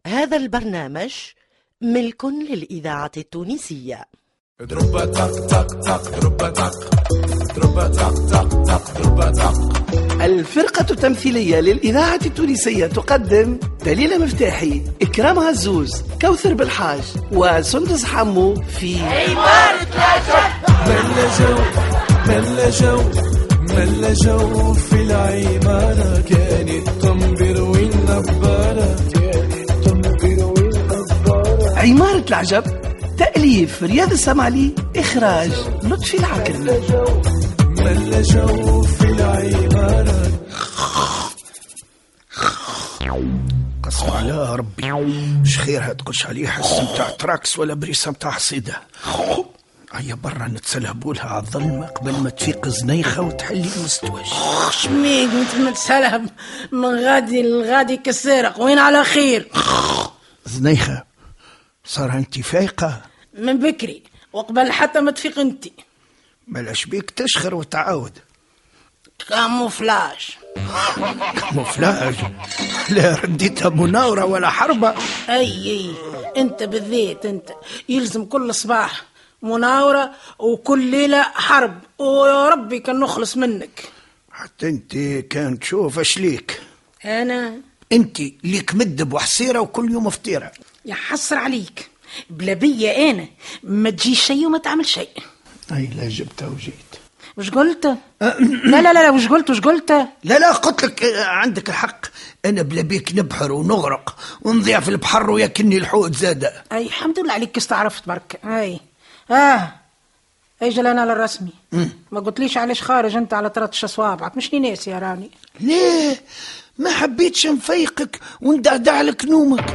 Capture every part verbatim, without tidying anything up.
هذا البرنامج ملك للإذاعة التونسية. دروبا تق تق تق دروبا تق دروبا تق تق تق دروبا تق. الفرقة التمثيلية للإذاعة التونسية تقدم دليلة مفتاحي، إكرام عزوز، كوثر بالحاج وسندس حمو في عمارة العجب. ملا جو ملا جو ملا جو في العمارة، كانت تنبر والنبارة كانت تنبر والنبارة. عمارة العجب، تأليف رياض السمعلي، إخراج لطفي العكرمي. ملا جو في العمارة. قسم على ربي مش خير هتقولش عليه حس متاع تراكس ولا بريسة متاع حصيدة. هيا برا نتسلهبولها على الظلمة قبل ما تفيق زنيخة وتحلي المستوى. شميك متسلهب من غادي لغادي كالسارق، وين على خير؟ زنيخة صار انت فايقة من بكري وقبل حتى ما تفيق انتي. بلاش بيك تشخر وتعاود. كاموفلاج كاموفلاج؟ لا رديتها مناورة ولا حربة. اي اي انت بالذات انت يلزم كل صباح مناورة وكل ليلة حرب، ويا ربي كان نخلص منك. حتى انت كان تشوف اشليك. انا انت ليك مدب وحصيرة وكل يوم فطيرة. يا حسر عليك، بلا بيا انا ما تجي شيء وما تعمل شيء. اي لا جبتها وجيت. وش قلت؟ لا لا لا وش قلت وش قلت؟ لا لا قلت لك عندك الحق، انا بلا بيك نبحر ونغرق ونضيع في البحر وياكلني الحوت زاده. اي الحمد لله عليك استعرفت برك. اي اه اي جلانا للرسمي. ما قلتليش علاش خارج انت على ترتش صوابعك؟ مش ناسي يا راني. ليه ما حبيتش نفيقك وندعدع لك نومك.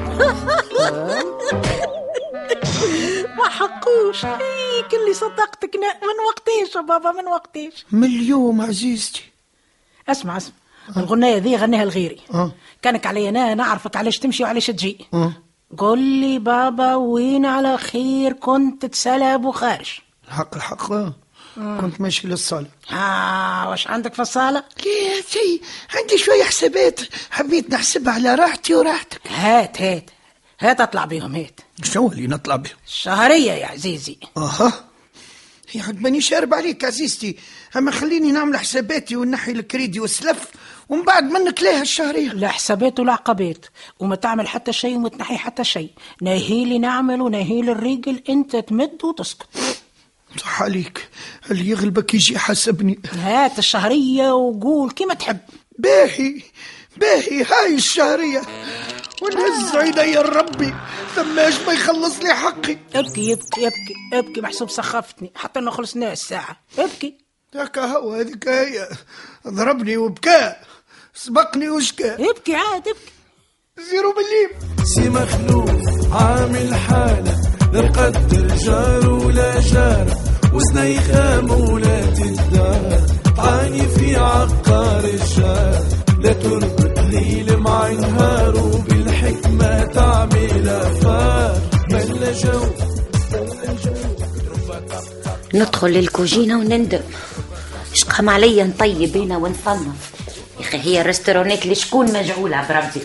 ما حقوش هيك اللي صدقتك. من وقتيش يا بابا من وقتيش؟ من اليوم عزيزتي. اسمع اسمع أه. الغناية ذي غنيها لغيري. أه. كانك علي انا نعرفك علاش تمشي وعلاش تجي. أه. قل لي بابا وين على خير كنت تسلب وخارج؟ الحق الحق أه. كنت ماشي للصالة. ها واش عندك في الصالة؟ ليه شيء عندي شوية حسابات حبيت نحسبها على راحتي وراحتك. هات هات هات اطلع بيهم. هات شنو اللي نطلع بهم؟ الشهرية يا عزيزي. اها هي عجبني شارب عليك عزيزتي، اما خليني نعمل حساباتي ونحي الكريدي والسلف ومن بعد منك ليها الشهرية. لا حسابات ولا عقبات، وما تعمل حتى شيء وما تنحي حتى شيء. ناهيلي نعمل وناهيلي الرجل، انت تمد وتسكت. صح عليك، اللي يغلبك يجي حسبني. هات الشهرية وقول كيما تحب. باهي باهي هاي الشهرية ونهز عيني ربي ثماش ما يخلص لي حقي. ابكي ابكي ابكي ابكي محسوب سخفتني حتى انه خلصنا الساعة. ابكي. ذاك هو هذيك هي ضربني وبكى سبقني وشكى. ابكي عاد ابكي. زيرو مليم. سي مخلوق عامل حالة لا قدر جار ولا جارة، وزنيخة مولات الدار عاني في عقار الشار، لا تربط ليل مع نهار وبالحكمة تعمل أفار. ملا جو ملا جو. ندخل للكوجينة ونندم. شقام عليا نطيب هنا ونصنف. يا أخي هي الرستورانات اللي شكون مجعولة بربي.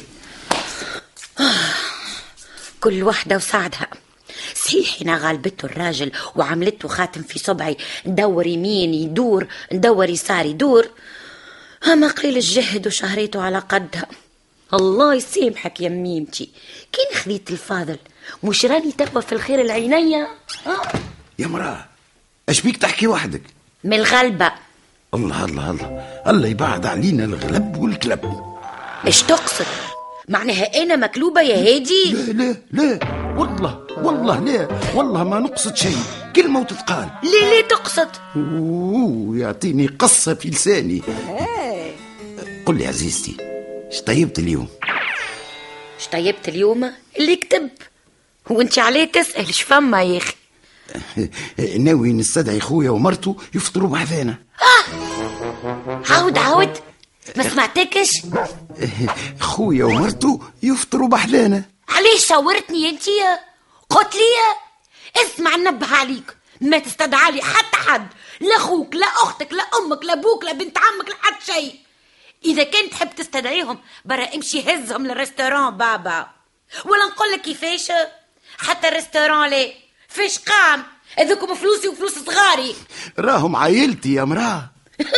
كل واحدة وسعدها. صحيح هنا غالبته الراجل وعملته خاتم في صبعي، ندور يمين يدور ندور يسار يدور. اما قليل الجهد وشهريته على قدها. الله يسامحك يا ميمتي، كين خذيت الفاضل مش راني تقوى في الخير العينية. أه؟ يا مراه اش بيك تحكي وحدك؟ من الغلبة. الله الله الله الله يبعد علينا الغلب والكلب. ايش تقصد؟ معناها انا مكلوبة يا هادي؟ لا لا لا والله والله لا والله ما نقصد شيء، كلمة وتتقال. ليه ليه تقصد؟ اوه يعطيني قصة في لساني. قل لي عزيزتي اش طيبت اليوم؟ اش طيبت اليوم؟ اللي كتب. وانت عليه تسأل شفما يا اخي؟ ناوي نستدعي خويا ومرته يفطروا معنا. اه عاود عاود ما سمعتكش. خويا ومرته يفطروا بحلانا. عليه شاورتني انتي؟ قلت لي اسمع ننبه عليك، ما تستدعى لي حتى حد، لا اخوك لا اختك لا امك لا ابوك لا بنت عمك لا حد شيء. اذا كنت تحب تستدعيهم برا امشي هزهم للرستوران بابا. ولا نقول لك كيفاش؟ حتى الريستوران ليه فيش قام، هذوكم فلوسي وفلوس صغاري. راهم عائلتي يا مراه.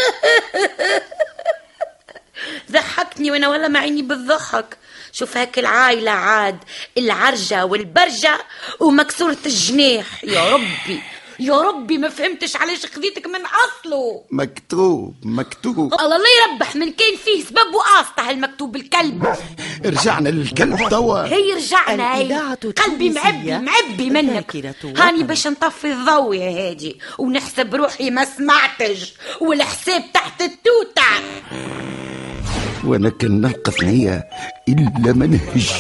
ضحكني وانا ولا معيني بالضحك. شوف هاك العايلة عاد العرجة والبرجة ومكسورة الجناح. يا ربي يا ربي ما فهمتش علاش خذيتك من أصله. مكتوب مكتوب. الله لا يربح من كان فيه سبب وقاسطة هالمكتوب الكلب. رجعنا للكلب توا. هي رجعنا. هي قلبي معبي معبي منك. هاني باش نطفي الضوء يا هادي ونحسب روحي ما سمعتش والحساب تحت التوتة. وانا كان ننقص نية الا ما نهج.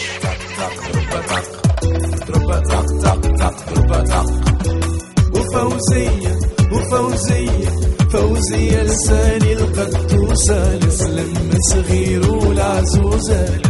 وفوزية وفوزية فوزية لساني القدوسة لسلم صغير والعزوزة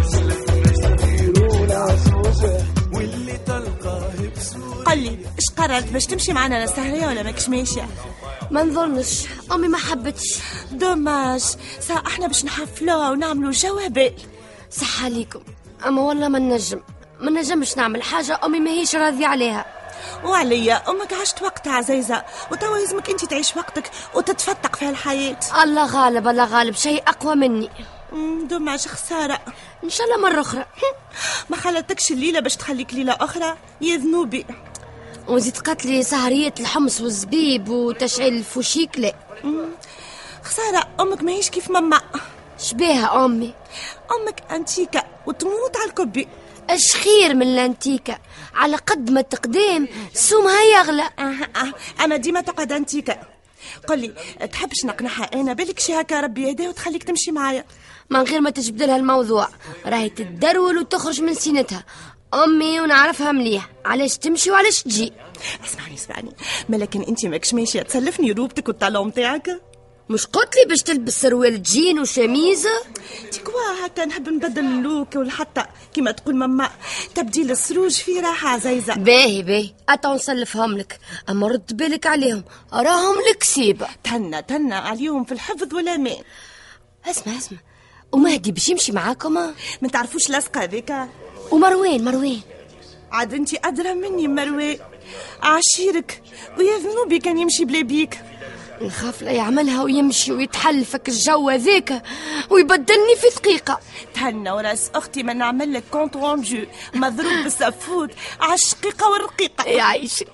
واللي تلقاه بسوق. قل لي ايش قررت باش تمشي معنا للسهرية ولا ماكش ماشية؟ ما نظنش، امي ما حبتش. دوماج، سا احنا باش نحفلوها ونعملوا جوابل. صح عليكم، اما والله ما نجم ما نجمش نعمل حاجة امي ما هيش راضية عليها. وعليا امك عشت وقتها عزيزة وتوا لازمك انت تعيش وقتك وتتفتق في هالحياة. الله غالب الله غالب، شيء اقوى مني. دوماج خسارة. ان شاء الله مرة اخرى. ما خلتكش الليلة باش تخليك ليلة اخرى يا ذنوبي. وزيد قتلي سهرية الحمص والزبيب وتشعيل الفوشيك. لا خسارة، امك ماهيش كيف ماما. شبيها امي؟ امك انتيكا وتموت على الكبي. اش خير من الانتيكا، على قد ما التقديم سومها يغلى. آه آه. انا ديما تقعد انتيكا. قولي تحبش نقنعها انا بالك شي هكا ربي يهديه وتخليك تمشي معايا من غير ما تجبدلها الموضوع. راهي تتدرول وتخرج من سينتها امي ونعرفها مليح علاش تمشي وعلاش تجي. اسمعني اسمعني ملكن انت ماكش ماشيه تسلفني روبتك والطالون نتاعك. مش قلت لي باش تلبس سروال جين وشميزه؟ تكوا هكا نحب نبدل اللوك وحتى كيما تقول ماما تبديل السروج في راحه عزيزه. باهي باهي اتا نسلفهم لك، اما رد بالك عليهم راهم الكسيبه. تهنا تهنا عليهم في الحفظ والامان. اسمع اسمع، ومهدي باش يمشي معاكم؟ ما تعرفوش لاصقه هذيك؟ ومروان مروان عاد انت ادرى مني. مروان عشيرك ويا ذنوبي كان يمشي بلا بيك. نخاف لا يعملها ويمشي ويتحلفك الجو هذاك ويبدلني في دقيقة. تهنى وراس أختي ما نعمل لك كونت روندو مضروب بالسفود عالشقيقة والرقيقة. يعيشك.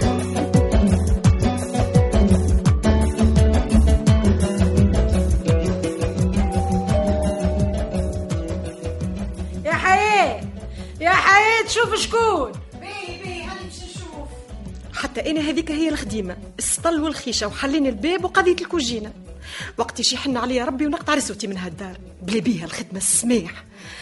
يا حياة يا حياة شوف شكون. باهي باهي هنمشي نشوف. حتى انا هذيك هي الخديمه، السطل والخيشه وحلين الباب وقضيه الكوجينه. وقت يشي حن عليا ربي ونقطع رسوتي من هالدار بلا بيها الخدمه السماح.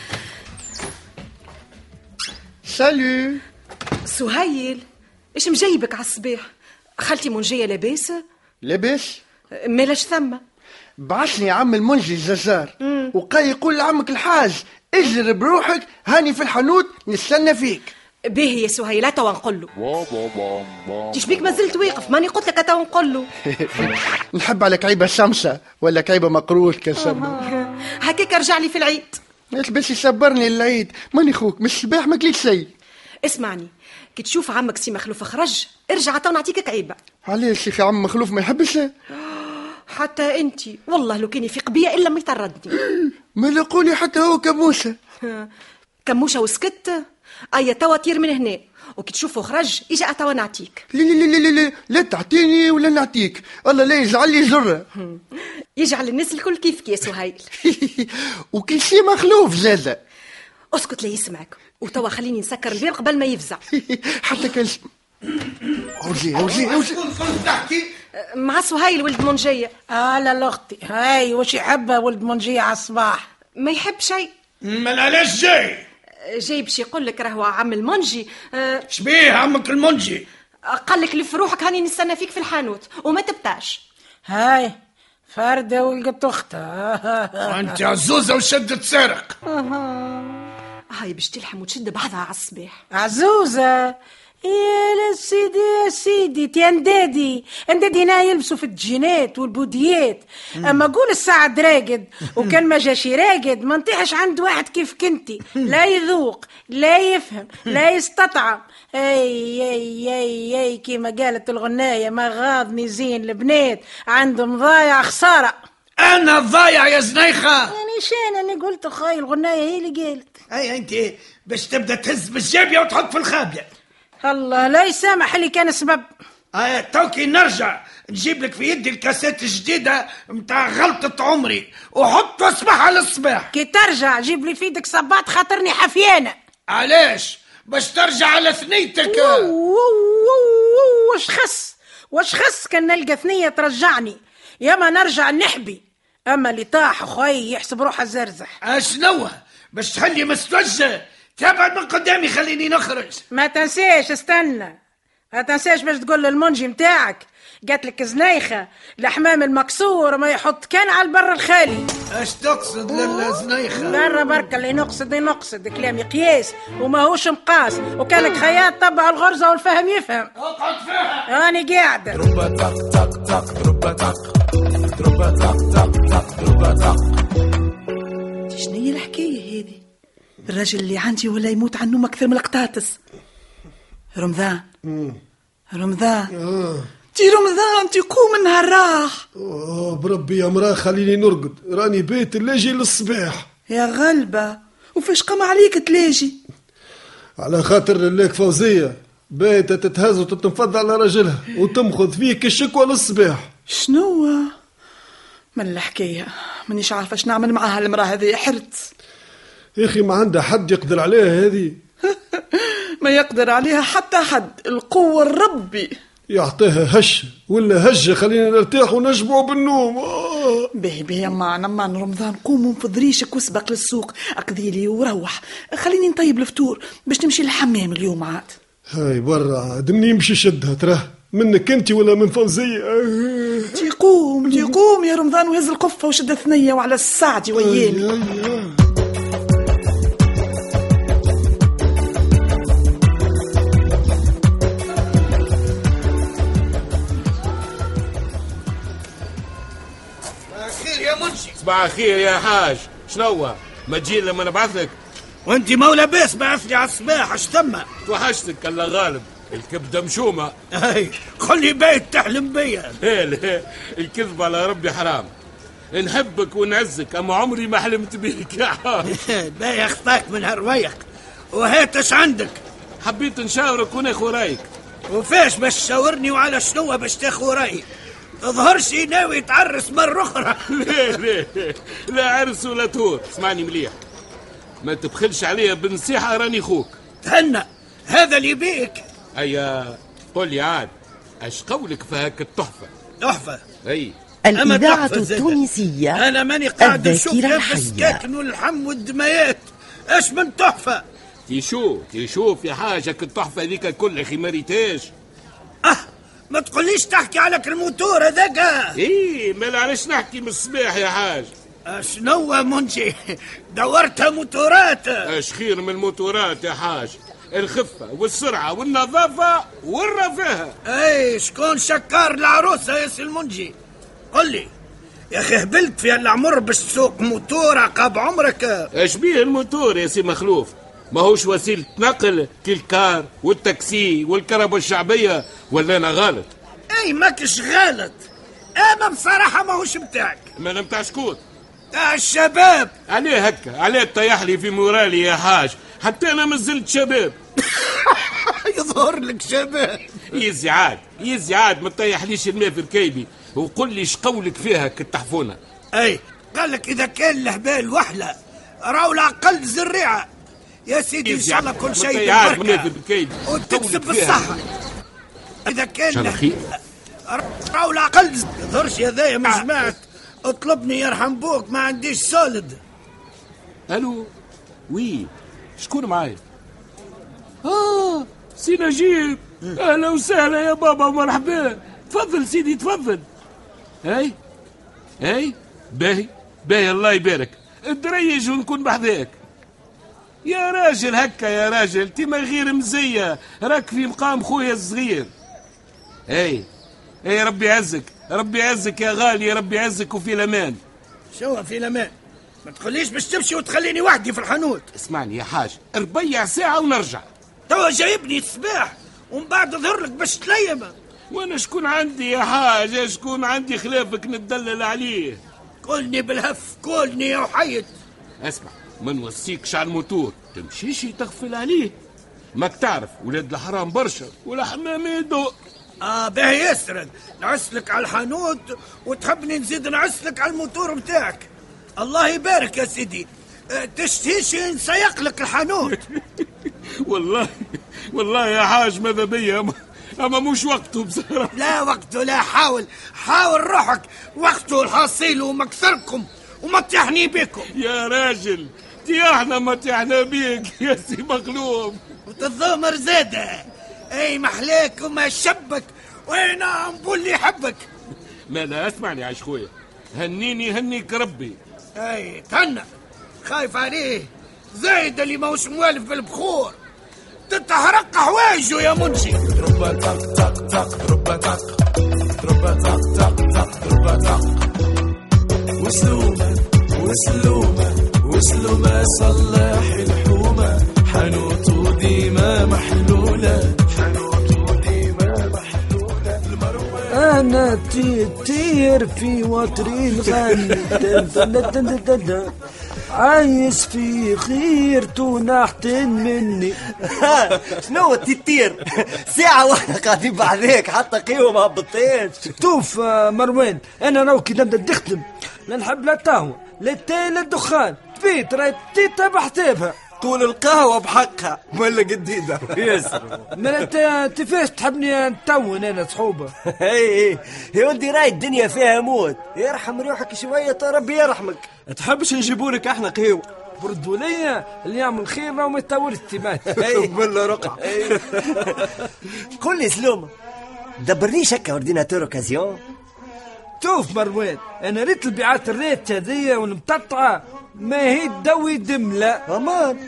سالو سهيل، ايش مجيبك على الصباح؟ خالتي منجيه لاباس؟ لاباس مالاش ثم؟ بعثني عم المنجي الجزار وقال يقول لعمك الحاج اجر بروحك هاني في الحانوت نستنى فيك. باهي يا سهيل توا نقول له. تشبيك ما زلت واقف؟ ماني قلت لك توا نقول له. نحب على كعيبه شمسه ولا كعيبه مقروش كسبه. هكاك رجع لي في العيد. باش يصبرني العيد ماني خوك من الصباح ما كليت شيء. اسمعني كي تشوف عمك سي مخلوف خرج ارجع تو نعطيك كعيبه. علاش يا عم مخلوف ما يحبش؟ حتى انت والله لو كان يفيق بيا الا ما يطردني. ما لقولي حتى هو كموشه. كموشه وسكت. ايا توا طير من هنا وكي تشوفه خرج اجا توا نعطيك. لا لا لا لا لا لا تعطيني ولا نعطيك، الله لا يجعل لي جره. يجعل الناس الكل كيفك يا سهيل. وكي شي مخلوف زاده. اسكت لا يسمعك وتوا خليني نسكر الباب قبل ما يفزع. حتى كان اوجي اوجي اوجي تحكي مع سهيل ولد منجيه. اه لا لاختي هاي واش يحبها ولد منجيه على الصباح؟ ما يحب شيء. من علاش جاي؟ جاي باش يقول لك راهو عم المنجي. أه شبيه عمك المنجي؟ قال لك لف روحك هاني نستنى فيك في الحانوت وما تبتاش. هاي فردة ولقت اختها. انت عزوزه وشدت سارق. هاي باش تلحم وتشد بعضها على الصباح. عزوزة يا سيدي يا سيدي تيندادي اندادي هنا يلبسوا في الجينات والبوديات. اما قول الساعة راقد وكان ما جاشي راقد ما نطيحش عند واحد كيف كنتي، لا يذوق لا يفهم لا يستطعم. اي اي اي اي كيما قالت الغناية ما غاض ميزين البنات عندهم ضايع خسارة. انا ضايع يا زنيخة يعني شان اللي قلت خاي الغناية هي اللي قالت. اي انت باش تبدا تهز بالجابية وتحط في الخابية. الله لا يسامح اللي كان سبب. آه توكي نرجع نجيب لك في يدي الكاسات الجديدة متاع غلطة عمري وحط اصبح على الصباح. كي ترجع جيب لي في يدك صباط خاطرني حفيانة. علاش باش ترجع على ثنيتك؟ واش خس واش خس كان نلقى ثنية ترجعني يا ما نرجع نحبي. اما اللي طاح خوي يحسب روحه زرزح. اشنوه باش تحلي مستوجه تبعد من قدامي خليني نخرج. ما تنساش استنى ما تنساش باش تقول للمنجي متاعك قالت لك زنيخة الحمام المكسور ما يحط كان على البر الخالي. اش تقصد للزنيخة؟ برا برك اللي نقصد نقصد كلامي قياس وما هوش مقاس وكانك خياط طبع الغرزة والفهم يفهم. اقعد فيها انا قاعدة. ضربة طق طق طق ضربة طق ضربة طق طق طق ضربة طق. شنو هي الحكاية هذه؟ الراجل اللي عندي ولا يموت عنه أكثر من القطاطس. رمضان رمضان تي رمضان تقوم من هالراح. اه بربي يا مراه خليني نرقد راني بيت اللاجي للصباح. يا غلبة وفاش قام عليك تلاجي؟ على خاطر لك فوزية بيتها تتهز وتتنفض على رجلها وتمخذ فيك الشكوى للصباح. شنو من الحكاية منيش عارفة اش نعمل معها المراه هذه. حرت يا اخي ما عندها حد يقدر عليها هذه. ما يقدر عليها حتى حد. القوة الربي يعطيها هش ولا هجة خلينا نرتاح ونشبع بالنوم. آه. باهي باهي معنا معنا رمضان قوم وانفض ريشك واسبق للسوق اقذيلي وروح خليني نطيب الفطور باش نمشي للحمام اليوم عاد. هاي برا دمني يمشي شدها تراه منك انت ولا من فوزية. آه. تيقوم تيقوم يا رمضان وهز القفة وشد الثنية وعلى الساعة وياني. آه. آه. صباح الخير يا حاج. شنو ما تجي لما نبعثك؟ وانت مولا باس بعث لي على الصباح اش ثم؟ توحشتك الله غالب. الكبده مشومه. اي خلي بيت تحلم بيا. لا لا الكذب على ربي حرام. نحبك ونعزك اما عمري ما حلمت بيك يا حاج. بايا خطاك من هالريق وهات اش عندك. حبيت نشاورك وناخذ رايك. وفاش باش تشاورني وعلى شنو باش تاخذ رايي؟ تظهرش ناوي تعرس مرة أخرى. لا لا لا عرس ولا تور. اسمعني مليح ما تبخلش عليا بنصيحة راني خوك. تهنى هذا اللي بيك. أيا قول لي عاد اش قولك في هاك التحفة؟ تحفة أي الإذاعة التونسية. أنا ماني قاعد نشوف السكاكن واللحم والدميات. اش من تحفة؟ تيشوف تيشوف يا حاجة التحفة ذيك الكل اخي ما ريتاش. اه ما تقوليش تحكي على الموتور هذاك. ايه ما علاش نحكي من الصباح يا حاج. شنو منجي دورتها موتورات؟ اش خير من الموتورات يا حاج؟ الخفة والسرعة والنظافة والرفاهة. اي شكون شكار العروسة يا سي المنجي؟ قل لي يا اخي هبلت في العمر باش تسوق موتور عقاب عمرك. اش بيه الموتور يا سي مخلوف؟ ما هوش وسيلة نقل كالكار والتاكسي والكربة الشعبية ولا أنا غلط؟ أي ماكش غلط أما بصراحة ما هوش متاعك. ما أنا متاع شكون؟ تاع الشباب. عليه هكا عليه طيح لي في مورالي يا حاج حتى أنا مازلت شباب. يظهر لك شباب. يزي عاد يزي عاد ما تطيح ليش الماء في ركيبي وقل لي شقولك فيها كالتحفونة. أي قال لك إذا كان الهبال وحلة راو العقل زريعة يا سيدي ان شاء الله كل شيء بالبركه وتكسب بالصحه. اذا كان راهو العقل ظهرش هذايا من جماعه اطلبني يرحم بوك ما عنديش سولد. الو وي شكون معايا؟ اه سي نجيب. اهلا وسهلا يا بابا مرحبا. تفضل سيدي تفضل. اي اي باهي باهي الله يبارك. ادريج ونكون بحذاك. يا راجل هكا يا راجل تيما غير مزية، راك في مقام خويا الصغير. اي اي ربي يعزك ربي يعزك يا غالي، ربي يعزك وفي الامان. شو في الامان؟ ما تقوليش باش تمشي وتخليني وحدي في الحانوت. اسمعني يا حاج، ربيع ساعة ونرجع. توا جايبني الصباح ومن بعد ظهر لك باش تليم. وانا شكون عندي يا حاج؟ شكون عندي خلافك ندلل عليه؟ كلني بالهف كلني يا وحيد. اسمع، ما نوصيكش على الموتور تمشيش تغفل عليه. ماك تعرف ولاد الحرام برشا والحمام يدق. اه باهي يسرد نعسلك على الحانوت وتحبني نزيد نعسلك على الموتور بتاعك. الله يبارك يا سيدي. اه تشتهيش نسيق لك الحانوت. والله والله يا حاج ماذا بيا، اما مش وقته بصراحه. لا وقته لا، حاول حاول روحك، وقته الحاصيل ومكثركم وما تحني بكم. يا راجل تياحنا ما تيحنا بيك يا سي مغلوب. وتتضامر زاده. اي محلاك وما شبك وانا نقول لي يحبك. ما لا اسمعني عايش خويا، هنيني هنيك ربي. اي تهنى، خايف عليه زايد اللي ماهوش موالف بالبخور، تتحرق حوايجه يا منشي. ربا تق تق تق ربا تق ربا تق تق تق ربا تق وسلومة وسلومة وسلومة صلح الحومة، حنوته ديما محلولة حنوته ديما محلولة. أنا تطير في وترين غالي عايش في خير تونحتن مني. شنو تطير؟ ساعة واحدة قاعدين بعديك حتى قيوة ما هبطيتش. شوف مروان، أنا روكي نبدأ نخدم، لا نحب لا القهوة لا التاي لا الدخان، تبيت راهي تيتا بحسابها. طول القهوة بحقها ولا جديدة ياسر. ما انت كيفاش تحبني نتون انا صحوبة؟ اي اي يا ولدي راي الدنيا فيها موت، يرحم روحك شوية ربي يرحمك. تحبش نجيبولك احنا قهوة؟ بردوا ليا اللي يعمل خير وما يطولش التيمات. بالله رقع. قل لي سلومة، دبرنيش هكا اورديناتور اوكازيون. شوف مروان، انا ريت البيعات الريت هذيا والمقطعة ما هي دوي دملة. امان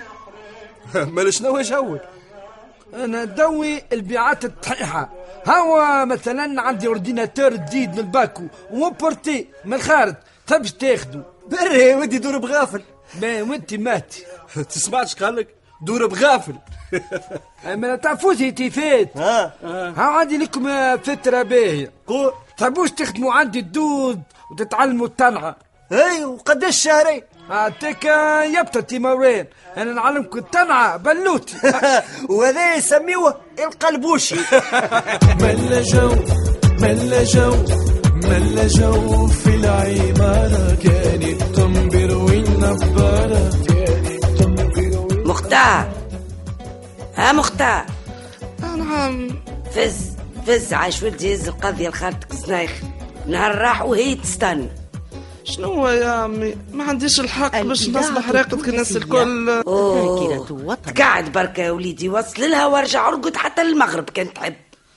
مال شنو جوك؟ انا دوي البيعات الصحيحة. هو مثلا عندي اورديناتور جديد من الباكو ومبورتي من الخارج، تبش تاخدو بري ودي دور بغافل. ما وانت ماتي. تسمعش قالك دور بغافل. ما تعرفوش تيفات. ها ها عندي لكم فترة باهية. قول تحبوش تخدموا عندي الدود وتتعلموا التنعة. اي وقداش شهرين؟ اعطيك يبطل تيمورين، انا نعلمكم التنعة بلوتي. وهذا يسميوه القلبوشي. ملا جو ملا جو ملا جو في العمارة، كانت تنبر والنبارة كانت تنبر. مختار ها مختار. نعم. فز فز عايش ولدي يهز القضية لخالتك زنايخ، نهار راح وهي تستنى. شنو يا عمي؟ ما عنديش الحق باش نصبح راقد الناس الكل. اوه قاعد بركة يا وليدي، وصل لها وارجع ارقد حتى المغرب كان تحب.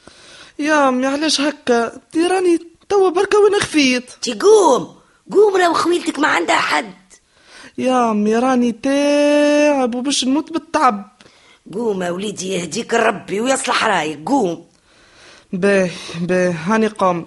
يا عمي علاش هكا؟ ديراني توا بركة وين خفيت. تقوم قوم راهو خويلتك ما عندها حد. يا عمي راني تاعب وباش نموت بالتعب. قوم يا وليدي يهديك ربي ويصلح رايك، قوم. باهي باهي هاني قمت.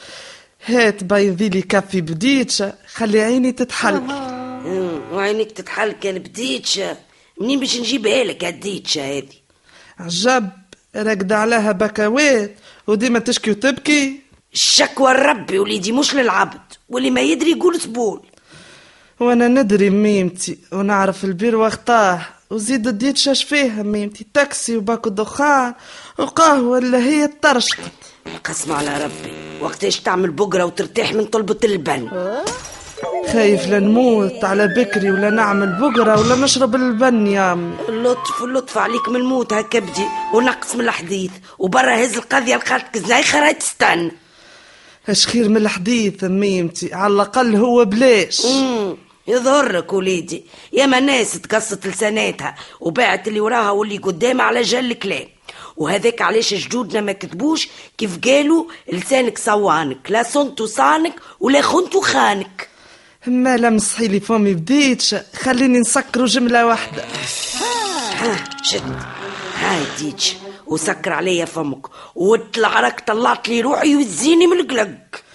هات بيضي لي كافي بديتشا، خلي عيني تتحل. امم وعينيك تتحل كان بديتشا؟ منين باش نجيبها لك هالديتشا هذه؟ عجب راقدة عليها بكوات وديما تشكي وتبكي. الشكوى الربي وليدي مش للعبد، واللي ما يدري يقول سبول. وانا ندري ميمتي ونعرف البير وقتاه، وزيد الديتشا شفيها ميمتي، تاكسي وباكو دخان وقهوة اللي هي الطرشت. قسم على ربي، وقتاش تعمل بقرة وترتاح من طلبة اللبن؟ خايف لا نموت على بكري ولا نعمل بقرة ولا نشرب اللبن يا عمي. اللطف اللطف عليك من الموت هكا بدي ونقص من الحديث، وبرا هز القضية لخالتك زنايخة راهي تستنى. اش خير من الحديث ميمتي، على الأقل هو بلاش. امم يظهرك وليدي، ياما ناس تقصت لساناتها وباعت اللي وراها واللي قدامها على جل الكلام، وهذاك علاش جدودنا ما كتبوش كيف قالوا لسانك صوانك، لا صنتو صانك ولا خنتو خانك. ما لمسحي لي فمي بديتش، خليني نسكروا جملة واحدة. ها شد هاي ديتش وسكر عليا فمك واطلع راك طلعت لي روحي وتزيني من القلق.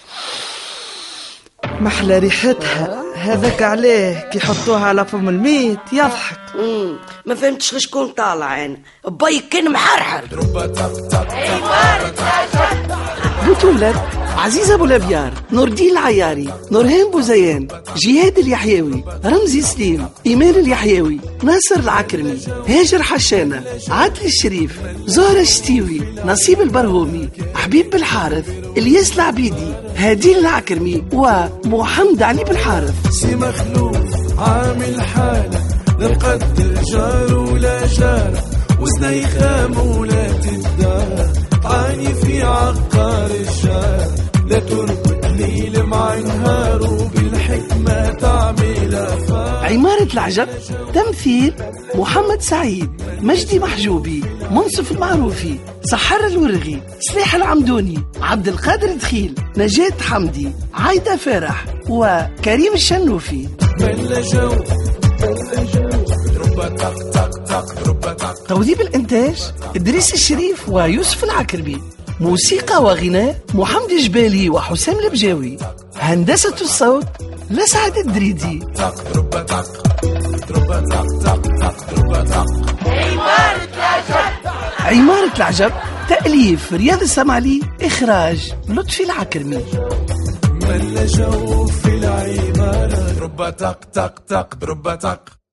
محلى ريحتها هذاك عليه كي يحطوها على فم الميت يضحك. امم ما فهمتش شكون طالع انا باي كان محرحر. بطولة عزيزة ابو الابيار، نور الدين العياري، نورهان بوزيان، جهاد اليحيوي، رمزي سليم، ايمان اليحيوي، ناصر العكرمي، هاجر حشانة، عادل الشريف، زهرة الشتيوي، نصيب البرهومي، حبيب بالحارث، الياس العبيدي، هادين العكرمي ومحمد علي بالحارث. سي مخلوف عامل حالة لا نقدر جار ولا جارة وزنيخة مولات الدار طعاني في عقار الشارع لا تربط ليل مع نهار وبالحكمة تعمل أفعال. عمارة العجب تمثيل محمد سعيد، مجدي محجوبي، منصف المعروفي، سحر الورغي، سلاح العمدوني، عبد القادر دخيل، نجاة حمدي، عايدة فرح وكريم الشنوفي. توظيف الإنتاج إدريس الشريف ويوسف العكربي. موسيقى وغناء محمد جبالي وحسام البجاوي. هندسة الصوت لسعد الدريدي. عمارة العجب تأليف رياض السمعلي، إخراج لطفي العكرمي. ملا جو في العمارة ضربة تق تق تق ضربة تق.